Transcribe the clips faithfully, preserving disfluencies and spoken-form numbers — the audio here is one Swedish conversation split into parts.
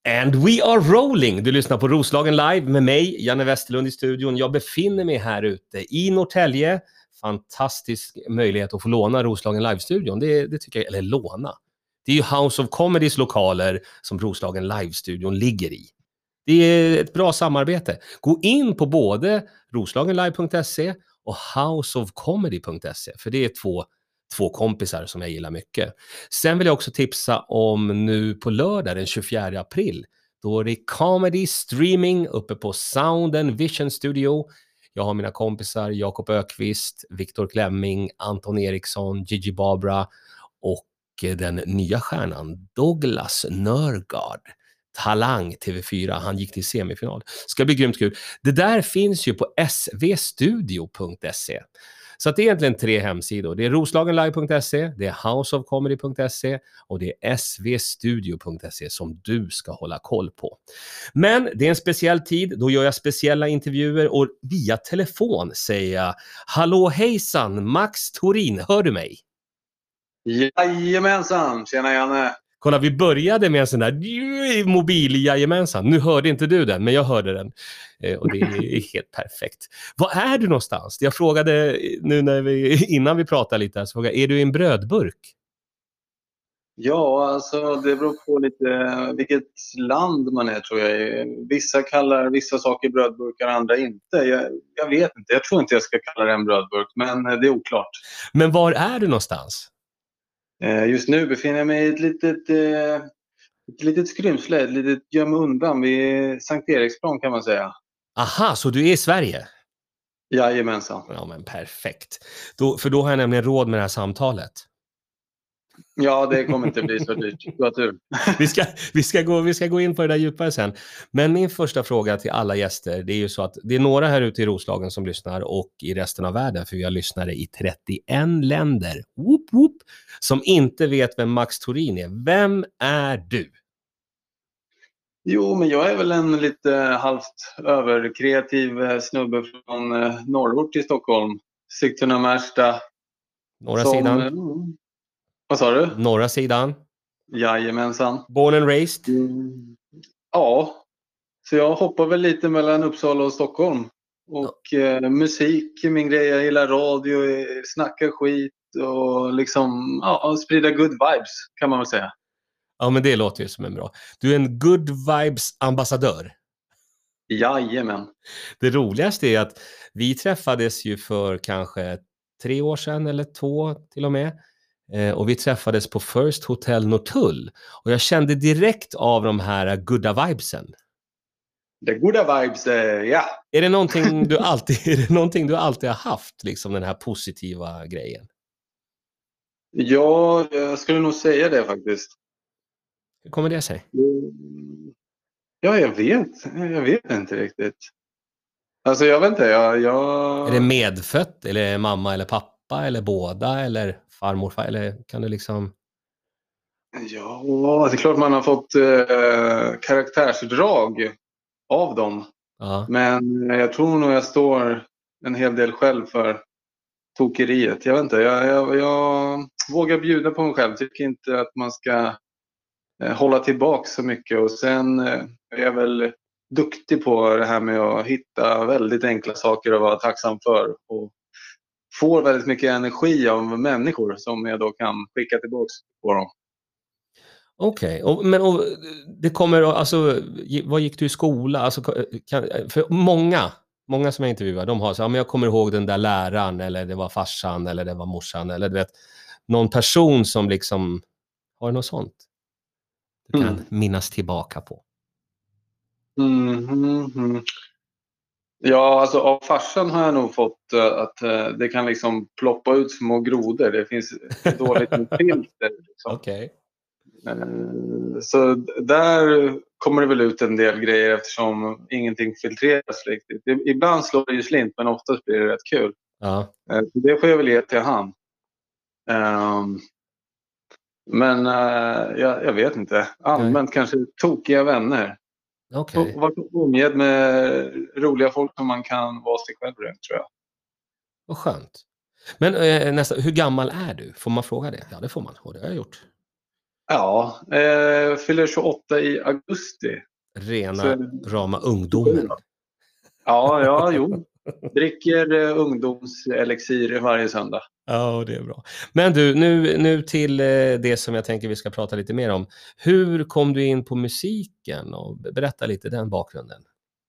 And we are rolling! Du lyssnar på Roslagen Live med mig, Janne Westerlund i studion. Jag befinner mig här ute i Norrtälje. Fantastisk möjlighet att få låna Roslagen Live-studion. Det, det tycker jag, eller låna. Det är ju House of Comedys lokaler som Roslagen Live-studion ligger i. Det är ett bra samarbete. Gå in på både roslagenlive punkt se och house of comedy punkt se, för det är två Två kompisar som jag gillar mycket. Sen vill jag också tipsa om nu på lördag den tjugofjärde april. Då är det comedy streaming uppe på Sound and Vision Studio. Jag har mina kompisar Jakob Ökvist, Viktor Klemming, Anton Eriksson, Gigi Barbara och den nya stjärnan Douglas Nörgaard. Talang T V fyra, han gick till semifinal. Ska bli grymt kul. Det där finns ju på s v studio punkt se. Så att det är egentligen tre hemsidor. Det är roslagenlive punkt se, det är house of comedy punkt se och det är s v studio punkt se som du ska hålla koll på. Men det är en speciell tid, då gör jag speciella intervjuer och via telefon säger jag hallå hejsan, Max Thorin, hör du mig? Jajamensan, tjena Janne. Kolla, vi började med en sån där mobil jajamensan. Nu hörde inte du den, men jag hörde den. Eh, och det är helt perfekt. Var är du någonstans? Jag frågade nu när vi, innan vi pratade lite här, så frågade, är du i en brödburk? Ja, alltså det beror på lite vilket land man är, tror jag. Vissa kallar vissa saker brödburkar, andra inte. Jag, jag vet inte, jag tror inte jag ska kalla det en brödburk, men det är oklart. Men var är du någonstans? Just nu befinner jag mig i ett litet, ett litet skrymsle, ett litet göm undan vid Sankt Eriksplan kan man säga. Aha, så du är i Sverige? Jajamensan. Ja, men perfekt. Då, för då har jag nämligen råd med det här samtalet. Ja, det kommer inte bli så dyrt. Du har tur. vi, ska, vi, ska gå, vi ska gå in på det där djupare sen. Men min första fråga till alla gäster, det är ju så att det är några här ute i Roslagen som lyssnar och i resten av världen, för vi har lyssnare i trettioett länder, whoop, whoop, som inte vet vem Max Thorin är. Vem är du? Jo, men jag är väl en lite halvt överkreativ snubbe från norrort i Stockholm. Sigtuna, Märsta. Norra som, sidan? Mm, vad sa du? Norra sidan? Jajamensan. Born and raised? Mm, ja, så jag hoppar väl lite mellan Uppsala och Stockholm. Och ja. eh, musik är min grej. Jag gillar radio, snacka skit och liksom ja, sprida good vibes kan man väl säga. Ja, men det låter ju som en bra. Du är en good vibes ambassadör. Jajamän. Det roligaste är att vi träffades ju för kanske tre år sedan eller två till och med. Eh, och vi träffades på First Hotel Norrtull. Och jag kände direkt av de här goda vibesen. The goda vibes, eh, ja. Är det någonting du alltid, är det någonting du alltid har haft, liksom den här positiva grejen? Ja, jag skulle nog säga det faktiskt. Hur kommer det sig? Ja, jag vet. Jag vet inte riktigt. Alltså, jag vet inte. Jag, jag... Är det medfött? Eller mamma eller pappa? Eller båda? Eller farmor? Eller kan du liksom... Ja, det är klart man har fått eh, karaktärsdrag av dem. Ja. Men jag tror nog jag står en hel del själv för tokeriet. Jag vet inte. Jag, jag, jag vågar bjuda på mig själv. Tycker inte att man ska hålla tillbaka så mycket, och sen är jag väl duktig på det här med att hitta väldigt enkla saker att vara tacksam för, och får väldigt mycket energi av människor som jag då kan skicka tillbaka på dem. Okej, okay. Men och, det kommer, alltså, vad gick du i skola? Alltså, kan, för många, många som jag intervjuar, de har så, ja, men jag kommer ihåg den där läraren, eller det var farsan, eller det var morsan, eller du vet, någon person som liksom, har något sånt du kan mm. minnas tillbaka på? Mm, mm, mm. Ja, alltså av farsan har jag nog fått uh, att uh, det kan liksom ploppa ut små grodor. Det finns dåligt med filter. Liksom. Okej. Okay. Uh, så där kommer det väl ut en del grejer eftersom ingenting filtreras riktigt. Det, ibland slår det ju slint, men oftast blir det rätt kul. Ja. Uh, det får jag väl ge till han. Um, men uh, jag, jag vet inte. Allmänt Nej. Kanske tokiga vänner. Okay. Och vara omgedd med roliga folk som man kan vara sig själv runt, tror jag. Vad skönt. Men eh, nästa, hur gammal är du? Får man fråga det? Ja, det får man. Och det har jag gjort. Ja, eh, fyller tjugoåtta i augusti. Rena Så, rama ungdomen. ja, ja, jo. Dricker eh, ungdomselixir varje söndag. Ja, det är bra. Men du, nu, nu till eh, det som jag tänker vi ska prata lite mer om. Hur kom du in på musiken? Och berätta lite den bakgrunden.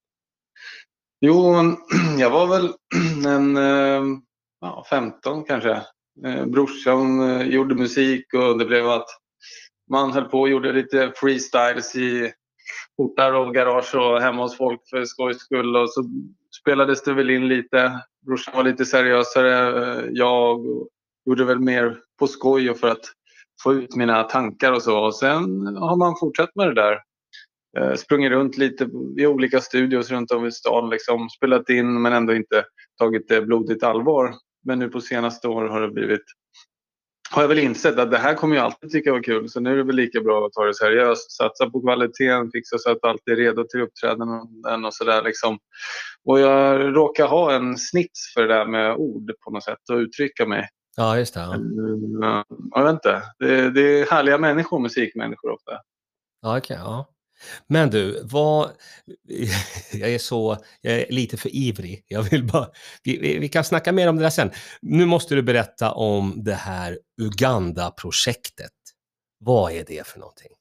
Jo, jag var väl en eh, ja, femton kanske. Eh, brorsan eh, gjorde musik och det blev att man höll på och gjorde lite freestyles i portar och garage och hemma hos folk för skojs skull. Och så spelades det väl in lite. Brorsan var lite seriösare. eh, Jag gjorde väl mer på skoj och för att få ut mina tankar och så. Och sen har man fortsatt med det där. Eh, sprungit runt lite i olika studios runt om i stan. Liksom, spelat in men ändå inte tagit det blodigt allvar. Men nu på senaste år har det blivit... Har jag väl insett att det här kommer jag alltid tycka var kul. Så nu är det väl lika bra att ta det seriöst. Satsa på kvaliteten, fixa så att allt är redo till uppträdanden och sådär liksom. Och jag råkar ha en snits för det där med ord på något sätt och uttrycka mig. Ja, just det. Ja. Mm, jag vet inte. Det, det är härliga människor, musikmänniskor ofta. Ja, okej, ja. Men du, vad... jag är så... Jag är lite för ivrig. Jag vill bara... Vi, vi, vi kan snacka mer om det där sen. Nu måste du berätta om det här Uganda-projektet. Vad är det för någonting?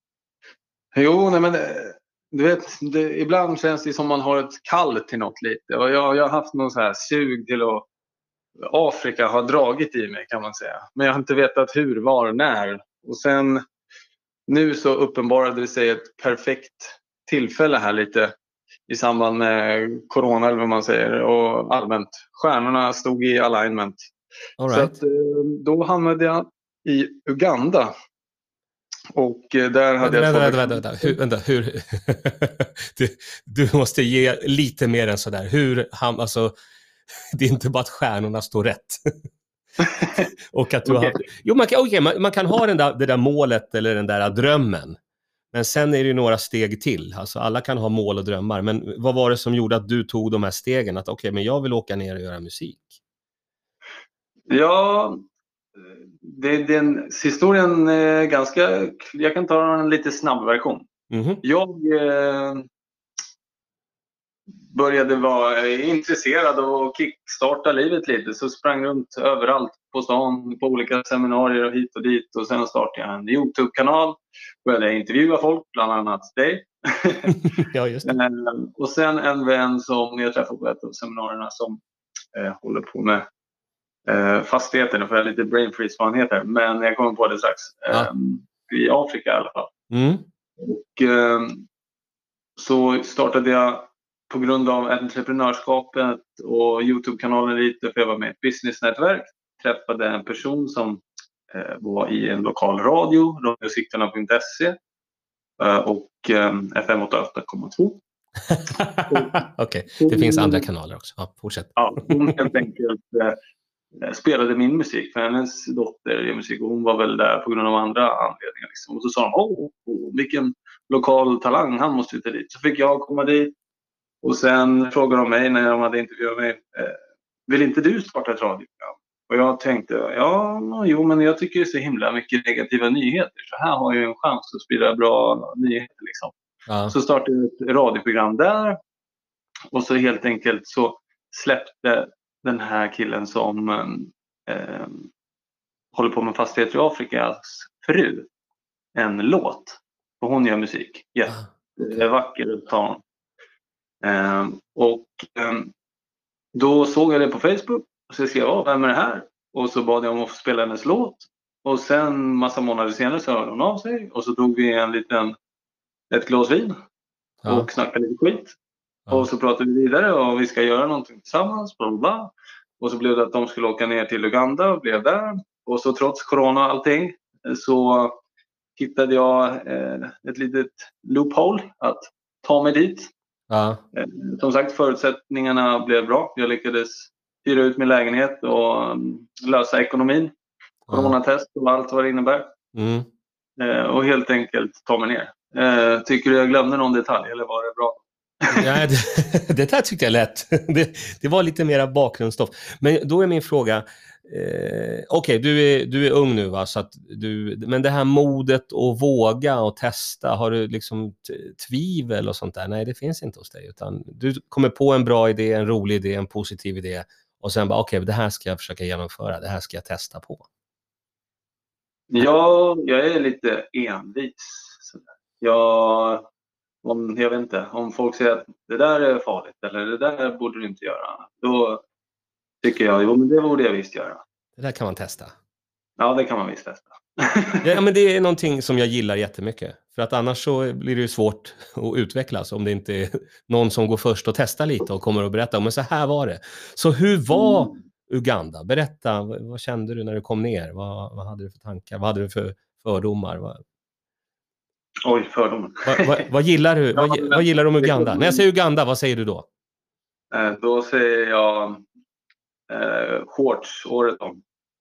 Jo, nej men du vet, det, ibland känns det som man har ett kall till något lite. Och jag, jag har haft någon så här sug till att Afrika har dragit i mig kan man säga. Men jag har inte vetat hur, var, när. Och sen nu så uppenbarade det sig ett perfekt tillfälle här lite i samband med corona eller vad man säger och allmänt. Stjärnorna stod i alignment. All Så right. att, då hamnade jag i Uganda. Och där hade vänta, jag... vänta, vänta, vänta, hur, vänta, hur... du, du måste ge lite mer än sådär. Hur han, alltså, det är inte bara att stjärnorna står rätt. Och att du Okay. har... Jo, man kan, okay, man, man kan ha den där, det där målet eller den där drömmen. Men sen är det ju några steg till. Alltså alla kan ha mål och drömmar. Men vad var det som gjorde att du tog de här stegen? Att okej, okay, men jag vill åka ner och göra musik. Ja, det, den historien är ganska... Jag kan ta en lite snabb version. Mm-hmm. Jag eh, började vara intresserad av att kickstarta livet lite. Så sprang runt överallt på stan, på olika seminarier och hit och dit. Och sen startade jag en YouTube-kanal. Började intervjua folk, bland annat dig. Ja, just det. Och sen en vän som jag träffade på ett av seminarierna som eh, håller på med eh, fastigheter. Nu får jag lite brain freeze vad han heter. Men jag kommer på det strax. Ja. Eh, I Afrika i alla fall. Mm. Och eh, så startade jag på grund av entreprenörskapet och YouTube-kanalen lite, för jag var med i ett businessnätverk. Träffade en person som eh, var i en lokal radio, radiosiktarna punkt se eh, och eh, F M åttioåtta komma två. Okej, okay. Det finns andra kanaler också. Ja, fortsätt. Ja, hon helt enkelt eh, spelade min musik, för hennes dotter gör musik och hon var väl där på grund av andra anledningar. Liksom. Och så sa de, åh, oh, vilken lokal talang, han måste ut dit. Så fick jag komma dit. Och sen frågade de mig när de hade intervjuat mig, eh, vill inte du starta ett radioprogram? Och jag tänkte, ja, jo, men jag tycker det är så himla mycket negativa nyheter. Så här har jag en chans att sprida bra nyheter liksom. Ja. Så startade jag ett radioprogram där. Och så helt enkelt så släppte den här killen som eh, håller på med fastigheter i Afrikas fru en låt. Och hon gör musik. Ja, det är vacker att ta. Eh, och eh, då såg jag det på Facebook. Och så skrev jag, vem är det här? Och så bad jag om att få spela hennes låt. Och sen massa månader senare så hörde hon av sig. Och så drog vi en liten, ett glas vin. Ja. Och snackade lite skit. Ja. Och så pratade vi vidare och vi ska göra någonting tillsammans. Bla bla. Och så blev det att de skulle åka ner till Uganda och blev där. Och så trots corona och allting så hittade jag eh, ett litet loophole att ta mig dit. Ja. Eh, som sagt, förutsättningarna blev bra. Jag lyckades hyra ut min lägenhet och um, lösa ekonomin. Coronatest och allt vad det innebär. Mm. Eh, och helt enkelt ta mig ner. Eh, tycker du jag glömde någon detalj eller var det bra? Ja, det, det här tyckte jag lätt. Det, det var lite mera bakgrundsstoff. Men då är min fråga, Eh, Okej, okay, du, är, du är ung nu va? Så att du, men det här modet att våga och testa, har du liksom t- tvivel och sånt där? Nej, det finns inte hos dig. Utan du kommer på en bra idé, en rolig idé, en positiv idé. Och sen bara, okej, okay, det här ska jag försöka genomföra. Det här ska jag testa på. Ja, jag är lite envis. Jag, om, jag vet inte, om folk säger att det där är farligt eller det där borde du inte göra. Då tycker jag, jo men det borde jag visst göra. Det där kan man testa. Ja, det kan man visst testa. Ja, men det är någonting som jag gillar jättemycket. För att annars så blir det ju svårt att utvecklas om det inte är någon som går först och testar lite och kommer att berätta. Men så här var det. Så hur var Mm. Uganda? Berätta, vad, vad kände du när du kom ner? Vad, vad hade du för tankar? Vad hade du för fördomar? Vad, Oj, fördomar. vad, vad, vad gillar du? Vad, vad gillar du om Uganda? När jag säger Uganda, vad säger du då? Eh, Då säger jag eh, shorts året om.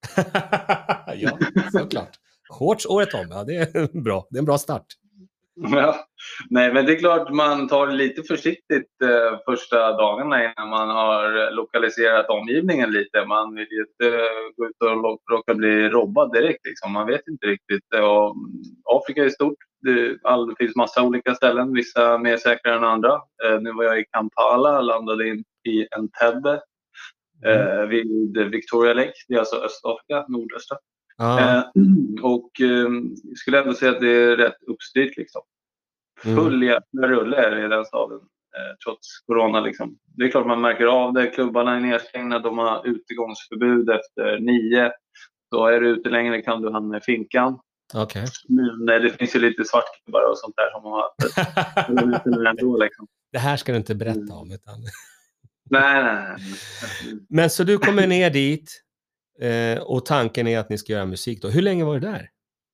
Ja, såklart. Shorts året om, ja det är bra. Det är en bra start. Ja. Nej, men det är klart man tar det lite försiktigt eh, första dagarna innan man har lokaliserat omgivningen lite. Man vill ju inte gå ut och råka bli robbad direkt. Liksom. Man vet inte riktigt. Och Afrika är stort. Det, all, det finns massa olika ställen. Vissa mer säkra än andra. Eh, nu var jag i Kampala, landade in i Entebbe. Eh, vid Victoria Lake. Det är alltså Östafrika, nordöstra. Ah. Eh, och eh, jag skulle ändå säga att det är rätt uppstyrt liksom. Full jävla rulle är det i den staden. Eh, trots corona liksom. Det är klart man märker av det. Klubbarna är nedstängda. De har utegångsförbud efter nio. Så är du ute längre kan du hamna i finkan. Okay. Men eh, det finns ju lite svartklubbar och sånt där som har ändå, liksom. Det här ska du inte berätta om. Utan... nej, nej, nej. Men så du kommer ner dit. Eh, och tanken är att ni ska göra musik då. Hur länge var du där?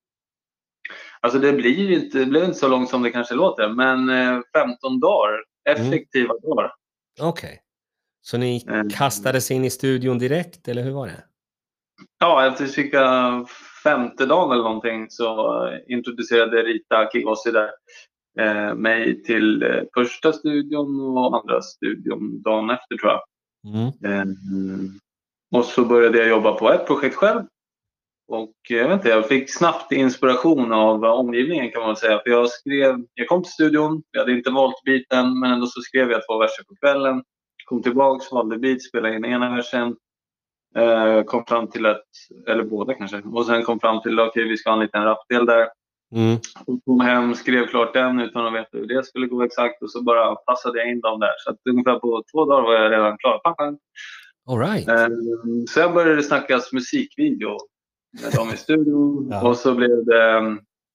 Alltså det blir inte, det blir inte så långt som det kanske låter. Men eh, femton dagar. Effektiva mm. dagar. Okej. Okay. Så ni mm. kastades in i studion direkt eller hur var det? Ja, efter cirka femte dagen eller någonting så introducerade Rita Kigosi där eh, mig till eh, första studion och andra studion dagen efter tror jag. Mm. Eh, och så började jag jobba på ett projekt själv. Och jag vet inte, jag fick snabbt inspiration av omgivningen kan man säga. För jag skrev, jag kom till studion, jag hade inte valt biten men ändå så skrev jag två verser på kvällen. Kom tillbaks, valde bit, spelade in ena versen. Eh, kom fram till att, eller båda kanske. Och sen kom fram till att okay, vi ska ha en liten rapdel där. Mm. Och kom hem, skrev klart den utan att veta hur det skulle gå exakt. Och så bara passade jag in dem där. Så att ungefär på två dagar var jag redan klar. All right. Eh, sen började det snackas musikvideo med dem i studion. Ja. Och så blev det um,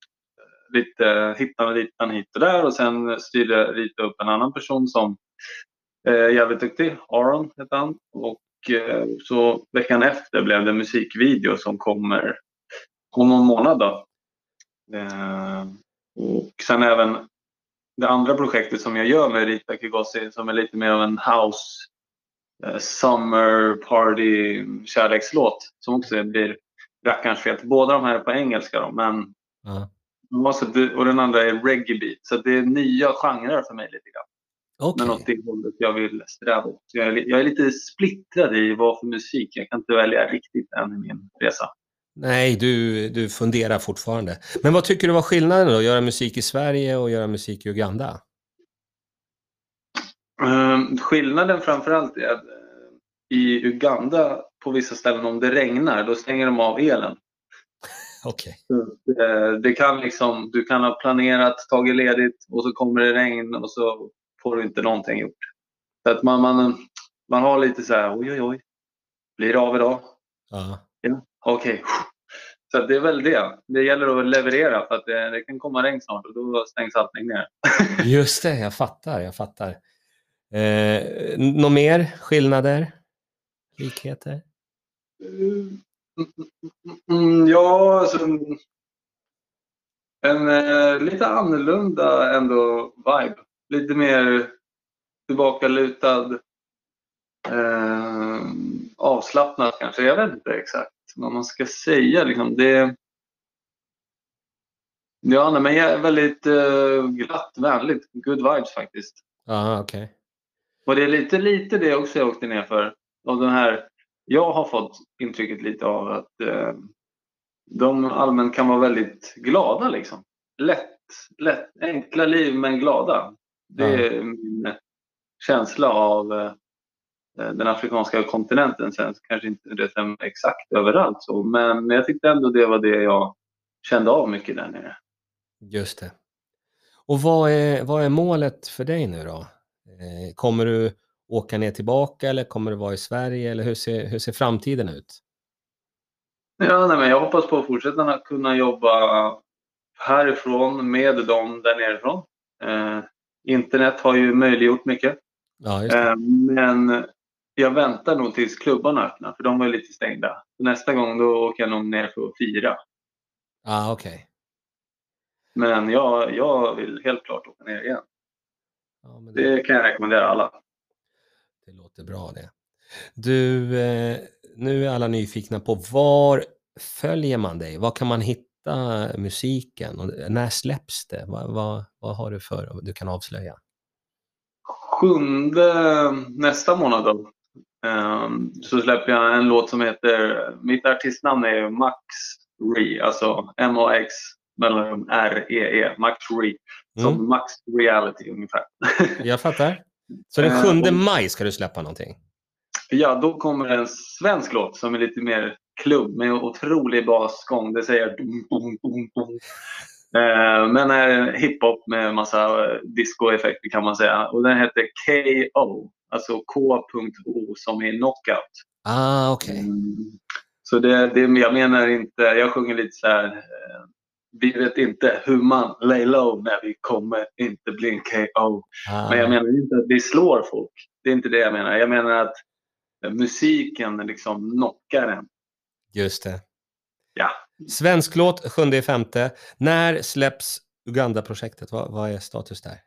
lite hittan och ditan hit och där. Och sen styrde Rita upp en annan person som är eh, jävligt duktig. Aron heter han. Och eh, så veckan efter blev det musikvideo som kommer om någon månad då. Eh, och sen även det andra projektet som jag gör med Rita Kigosi som är lite mer av en house eh, summer party kärlekslåt som också blir rackarns fet. Båda de här är på engelska då, men uh. alltså det, och den andra är reggae beat så det är nya genrer för mig lite grann. Okay. Men åt det hållet jag vill sträva åt. Jag är, jag är lite splittrad i vad för musik. Jag kan inte välja riktigt än i min resa. Nej, du, du funderar fortfarande. Men vad tycker du var skillnaden då? Göra musik i Sverige och göra musik i Uganda? Um, skillnaden framförallt är att uh, i Uganda på vissa ställen om det regnar då stänger de av elen. Okej. Okay. Det, det kan liksom, du kan ha planerat, tagit ledigt och så kommer det regn och så får du inte någonting gjort. Så att man, man, man har lite så här, oj oj oj, blir det av idag? Ja. Ja, okej. Okay. Så det är väl det. Det gäller att leverera för att det, det kan komma regn snart och då stängs allting ner. Just det, jag fattar, jag fattar. Eh, något mer skillnader? Likheter? Mm, mm, ja, alltså en eh, lite annorlunda ändå vibe. Lite mer tillbakalutad, eh, avslappnad kanske. Jag vet inte exakt vad man ska säga. Liksom. Det, ja, nej, men jag är väldigt eh, glatt, vänligt. Good vibes faktiskt. Ja, okej. Okay. Och det är lite, lite det också jag åkte ner för. Och den här jag har fått intrycket lite av att eh, de allmänt kan vara väldigt glada liksom. Lätt, lätt, enkla liv men glada. Det Ja. är min känsla av eh, den afrikanska kontinenten. Sen kanske inte det stämmer exakt överallt så, men jag tyckte ändå det var det jag kände av mycket där nere. Just det. Och vad är, vad är målet för dig nu då? Eh, kommer du åka ner tillbaka eller kommer du vara i Sverige eller hur ser, hur ser framtiden ut? Ja, nej, men jag hoppas på att fortsätta att kunna jobba härifrån med dem där nerifrån. Eh, internet har ju möjliggjort mycket. Ja, just det. Eh, men jag väntar nog tills klubbarna öppnar, för de var lite stängda. Nästa gång då åker jag nog ner för att fira. Ah, okej. Okay. Men jag, jag vill helt klart åka ner igen. Ja, men det, det kan jag rekommendera alla. Det låter bra det. Du, eh, nu är alla nyfikna på var följer man dig? Var kan man hitta musiken? Och när släpps det? Vad, vad, vad har du för du kan avslöja? Sjunde nästa månad då, um, så släpper jag en låt som heter, mitt artistnamn är Max Re, alltså M A X mellan R E E, Max Re, som mm. Max Reality ungefär. Jag fattar. Så den sjunde maj ska du släppa någonting? Ja, då kommer en svensk låt som är lite mer klubb med otrolig basgång. Det säger dum, dum, dum, dum. Eh, men är hiphop med massa disco-effekter kan man säga. Och den heter K O, alltså K O som är knockout. Ah, okej. Okay. Mm. Så det, det, jag menar inte, jag sjunger lite så här, eh, vi vet inte hur man lay low när vi kommer inte bli en K O. Ah. Men jag menar inte att vi slår folk. Det är inte det jag menar. Jag menar att musiken liksom knockar en. Just det. Ja. Svensk låt, sjunde femte. När släpps Uganda-projektet? Vad, vad är status där?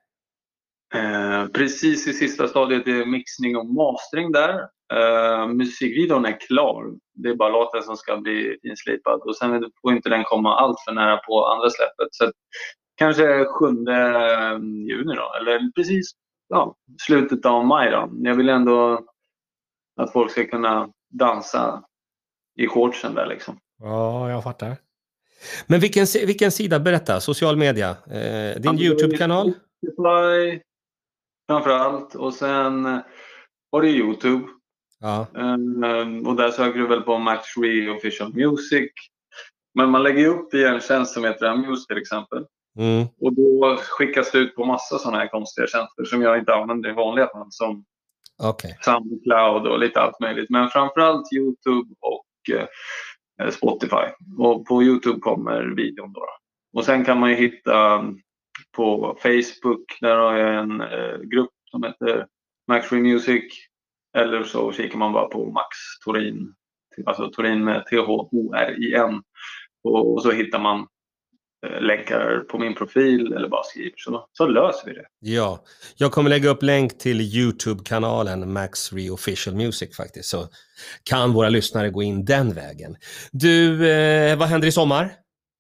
Eh, precis i sista stadiet är mixning och mastering där. Eh, musikvideon är klar. Det är bara låten som ska bli inslipad. Och sen får inte den komma allt för nära på andra släppet. Så kanske sjunde juni då. Eller precis ja, slutet av maj då. Jag vill ändå att folk ska kunna dansa i shortsen där liksom. Ja, jag fattar. Men vilken, vilken sida, berätta, social media, eh, din YouTube-kanal? Spotify framförallt och sen var det YouTube. Ja. Um, och där söker du väl på Max Re Official Music. Men man lägger upp i en tjänst som heter Amuse till exempel. Mm. Och då skickas det ut på massa sådana här konstiga tjänster som jag inte använder i vanliga fall. Som okay. SoundCloud och lite allt möjligt. Men framförallt YouTube och eh, Spotify. Och på YouTube kommer videon då. Och sen kan man ju hitta på Facebook. Där har jag en eh, grupp som heter Max Re Music. Eller så kikar man bara på Max Thorin. Alltså Thorin med T H O R I N. Och, och så hittar man eh, länkar på min profil eller bara skriver. Så, så löser vi det. Ja, jag kommer lägga upp länk till YouTube-kanalen Max Re Official Music faktiskt. Så kan våra lyssnare gå in den vägen. Du, eh, vad händer i sommar?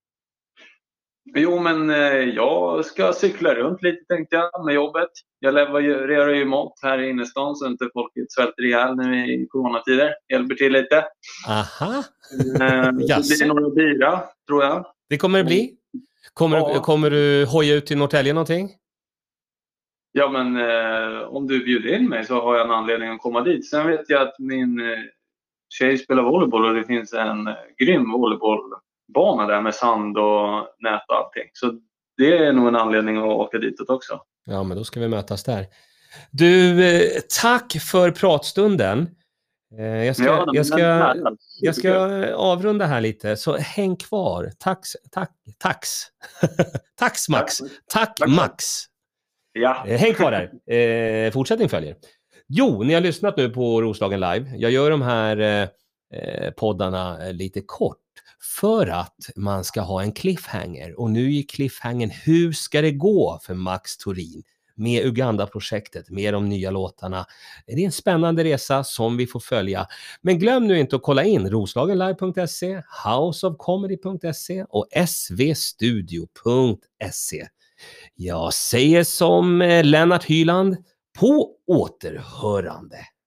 Jo, men eh, jag ska cykla runt lite tänkte jag med jobbet. Jag levererar ju mat här i innerstan så inte folket svälter ihjäl nu i coronatider. Hjälper till lite. Aha. Eh, det blir några bira, tror jag. Det kommer det bli. Kommer, ja. du, kommer du hoja ut till Norrtälje någonting? Ja, men eh, om du bjuder in mig så har jag en anledning att komma dit. Sen vet jag att min eh, tjej spelar volleyboll och det finns en eh, grym volleybollbana där med sand och nät och allting. Så det är nog en anledning att åka ditåt också. Ja, men då ska vi mötas där. Du, eh, tack för pratstunden. Eh, jag ska, ja, jag ska, jag ska avrunda här lite, så häng kvar. Tax, tack, tax. Tax Max. Tack, tack, tack Max. Ja. Eh, häng kvar där. Eh, fortsättning följer. Jo, ni har lyssnat nu på Roslagen Live. Jag gör de här eh, poddarna lite kort för att man ska ha en cliffhanger. Och nu är cliffhangern, hur ska det gå för Max Thorin med Uganda-projektet, med de nya låtarna? Det är en spännande resa som vi får följa. Men glöm nu inte att kolla in roslagenlive punkt se, house of comedy punkt se och s v studio punkt se. Jag säger som Lennart Hyland, på återhörande.